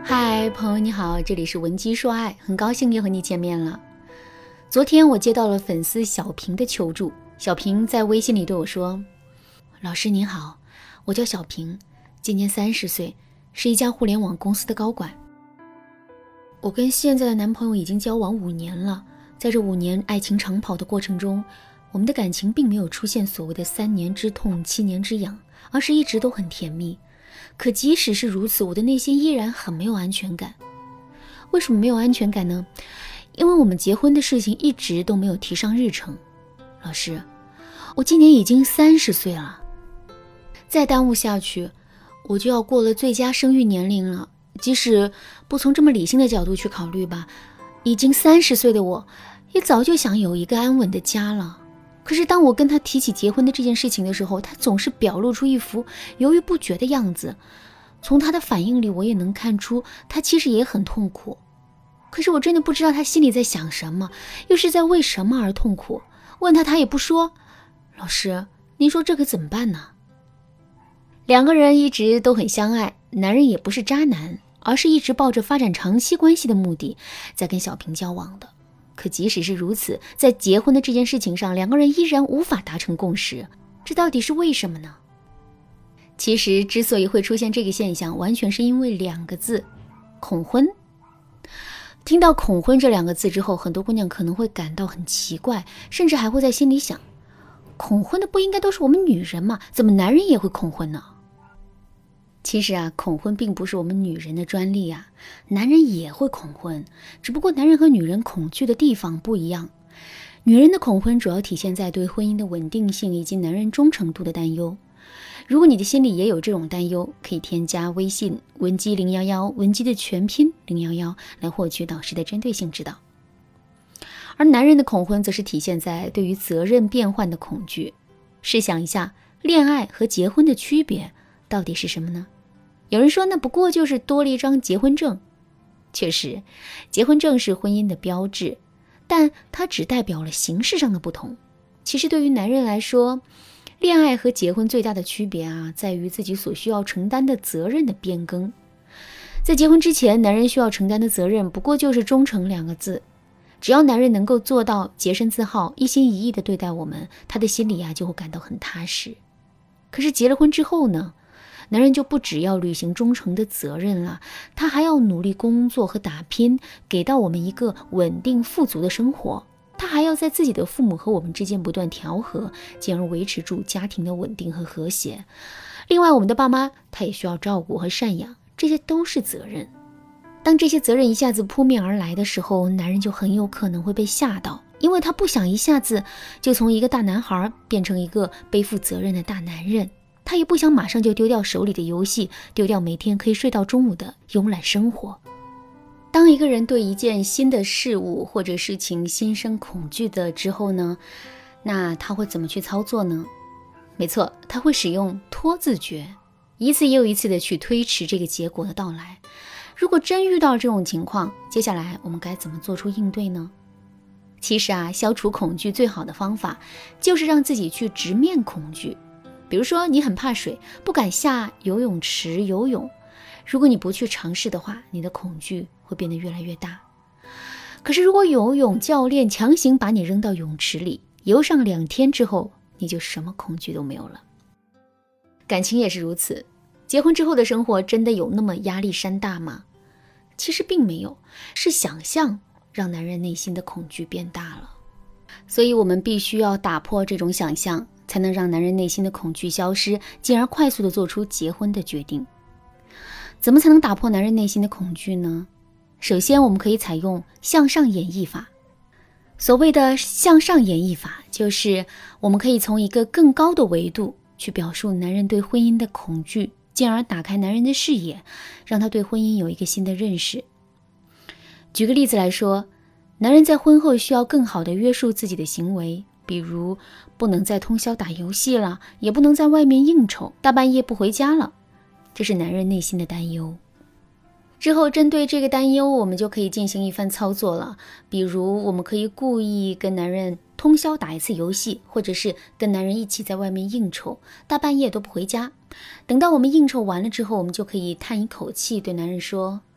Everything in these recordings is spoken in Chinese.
嗨，朋友你好，这里是文姬说爱，很高兴又和你见面了。昨天我接到了粉丝小平的求助，小平在微信里对我说：老师您好，我叫小平，今年30岁，是一家互联网公司的高管。我跟现在的男朋友已经交往5年了，在这5年爱情长跑的过程中，我们的感情并没有出现所谓的3年之痛7年之痒，而是一直都很甜蜜。可即使是如此，我的内心依然很没有安全感。为什么没有安全感呢？因为我们结婚的事情一直都没有提上日程。老师，我今年已经30岁了，再耽误下去，我就要过了最佳生育年龄了。即使不从这么理性的角度去考虑吧，已经30岁的我，也早就想有一个安稳的家了。可是当我跟他提起结婚的这件事情的时候，他总是表露出一副犹豫不决的样子。从他的反应里，我也能看出他其实也很痛苦。可是我真的不知道他心里在想什么，又是在为什么而痛苦。问他也不说。老师，您说这可怎么办呢？两个人一直都很相爱，男人也不是渣男，而是一直抱着发展长期关系的目的在跟小平交往的。可即使是如此，在结婚的这件事情上，两个人依然无法达成共识，这到底是为什么呢？其实之所以会出现这个现象，完全是因为2个字：恐婚。听到恐婚这2个字之后，很多姑娘可能会感到很奇怪，甚至还会在心里想，恐婚的不应该都是我们女人吗？怎么男人也会恐婚呢？其实恐婚并不是我们女人的专利男人也会恐婚，只不过男人和女人恐惧的地方不一样。女人的恐婚主要体现在对婚姻的稳定性以及男人忠诚度的担忧。如果你的心里也有这种担忧，可以添加微信文姬011，文姬的全拼011，来获取导师的针对性指导。而男人的恐婚则是体现在对于责任变换的恐惧。试想一下，恋爱和结婚的区别到底是什么呢？有人说那不过就是多了一张结婚证。确实，结婚证是婚姻的标志，但它只代表了形式上的不同。其实对于男人来说，恋爱和结婚最大的区别在于自己所需要承担的责任的变更。在结婚之前，男人需要承担的责任不过就是忠诚2个字。只要男人能够做到洁身自好，一心一意地对待我们，他的心里就会感到很踏实。可是结了婚之后呢，男人就不只要履行忠诚的责任了，他还要努力工作和打拼，给到我们一个稳定富足的生活。他还要在自己的父母和我们之间不断调和，进而维持住家庭的稳定和和谐。另外，我们的爸妈他也需要照顾和赡养，这些都是责任。当这些责任一下子扑面而来的时候，男人就很有可能会被吓到，因为他不想一下子就从一个大男孩变成一个背负责任的大男人，他也不想马上就丢掉手里的游戏，丢掉每天可以睡到中午的慵懒生活。当一个人对一件新的事物或者事情心生恐惧的之后呢，那他会怎么去操作呢？没错，他会使用拖字诀，一次又一次的去推迟这个结果的到来。如果真遇到这种情况，接下来我们该怎么做出应对呢？其实消除恐惧最好的方法就是让自己去直面恐惧。比如说你很怕水，不敢下游泳池游泳，如果你不去尝试的话，你的恐惧会变得越来越大。可是如果游泳教练强行把你扔到泳池里，游上2天之后，你就什么恐惧都没有了。感情也是如此，结婚之后的生活真的有那么压力山大吗？其实并没有，是想象让男人内心的恐惧变大了。所以我们必须要打破这种想象，才能让男人内心的恐惧消失，进而快速地做出结婚的决定。怎么才能打破男人内心的恐惧呢？首先，我们可以采用向上演绎法。所谓的向上演绎法，就是我们可以从一个更高的维度去表述男人对婚姻的恐惧，进而打开男人的视野，让他对婚姻有一个新的认识。举个例子来说，男人在婚后需要更好地约束自己的行为，比如不能再通宵打游戏了，也不能在外面应酬，大半夜不回家了，这是男人内心的担忧。之后针对这个担忧，我们就可以进行一番操作了。比如我们可以故意跟男人通宵打一次游戏，或者是跟男人一起在外面应酬，大半夜都不回家。等到我们应酬完了之后，我们就可以叹一口气，对男人说，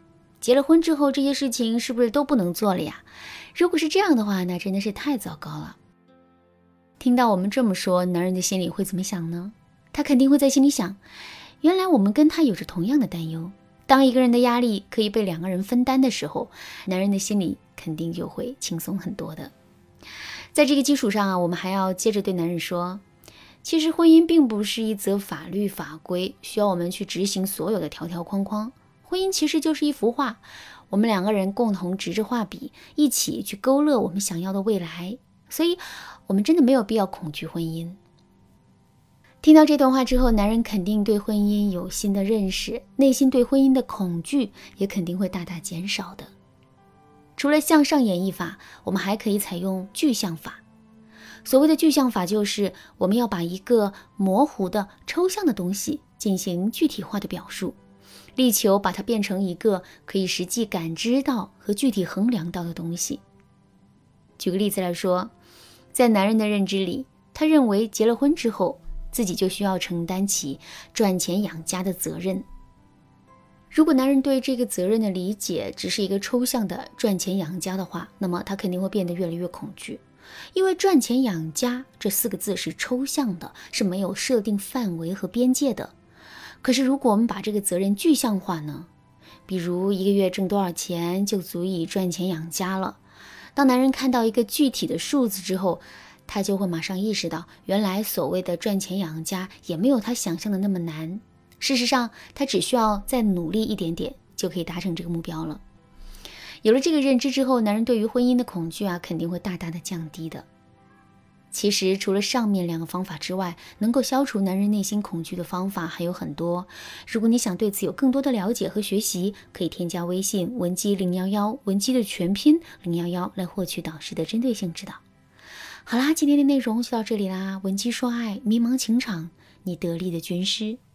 结了婚之后这些事情是不是都不能做了呀？如果是这样的话，那真的是太糟糕了。听到我们这么说，男人的心里会怎么想呢？他肯定会在心里想，原来我们跟他有着同样的担忧。当一个人的压力可以被两个人分担的时候，男人的心里肯定就会轻松很多的。在这个基础上啊，我们还要接着对男人说，其实婚姻并不是一则法律法规，需要我们去执行所有的条条框框。婚姻其实就是一幅画，我们两个人共同执着画笔，一起去勾勒我们想要的未来。所以我们真的没有必要恐惧婚姻。听到这段话之后，男人肯定对婚姻有新的认识，内心对婚姻的恐惧也肯定会大大减少的。除了向上演绎法，我们还可以采用具象法。所谓的具象法，就是我们要把一个模糊的抽象的东西进行具体化的表述，力求把它变成一个可以实际感知到和具体衡量到的东西。举个例子来说，在男人的认知里，他认为结了婚之后，自己就需要承担起赚钱养家的责任。如果男人对这个责任的理解只是一个抽象的赚钱养家的话，那么他肯定会变得越来越恐惧。因为赚钱养家这4个字是抽象的，是没有设定范围和边界的。可是如果我们把这个责任具象化呢？比如一个月挣多少钱就足以赚钱养家了。当男人看到一个具体的数字之后，他就会马上意识到，原来所谓的赚钱养家也没有他想象的那么难。事实上，他只需要再努力一点点，就可以达成这个目标了。有了这个认知之后，男人对于婚姻的恐惧肯定会大大的降低的。其实除了上面2个方法之外，能够消除男人内心恐惧的方法还有很多。如果你想对此有更多的了解和学习，可以添加微信文姬011，文姬的全拼011，来获取导师的针对性指导。好啦，今天的内容就到这里啦。文姬说爱，迷茫情场，你得力的军师。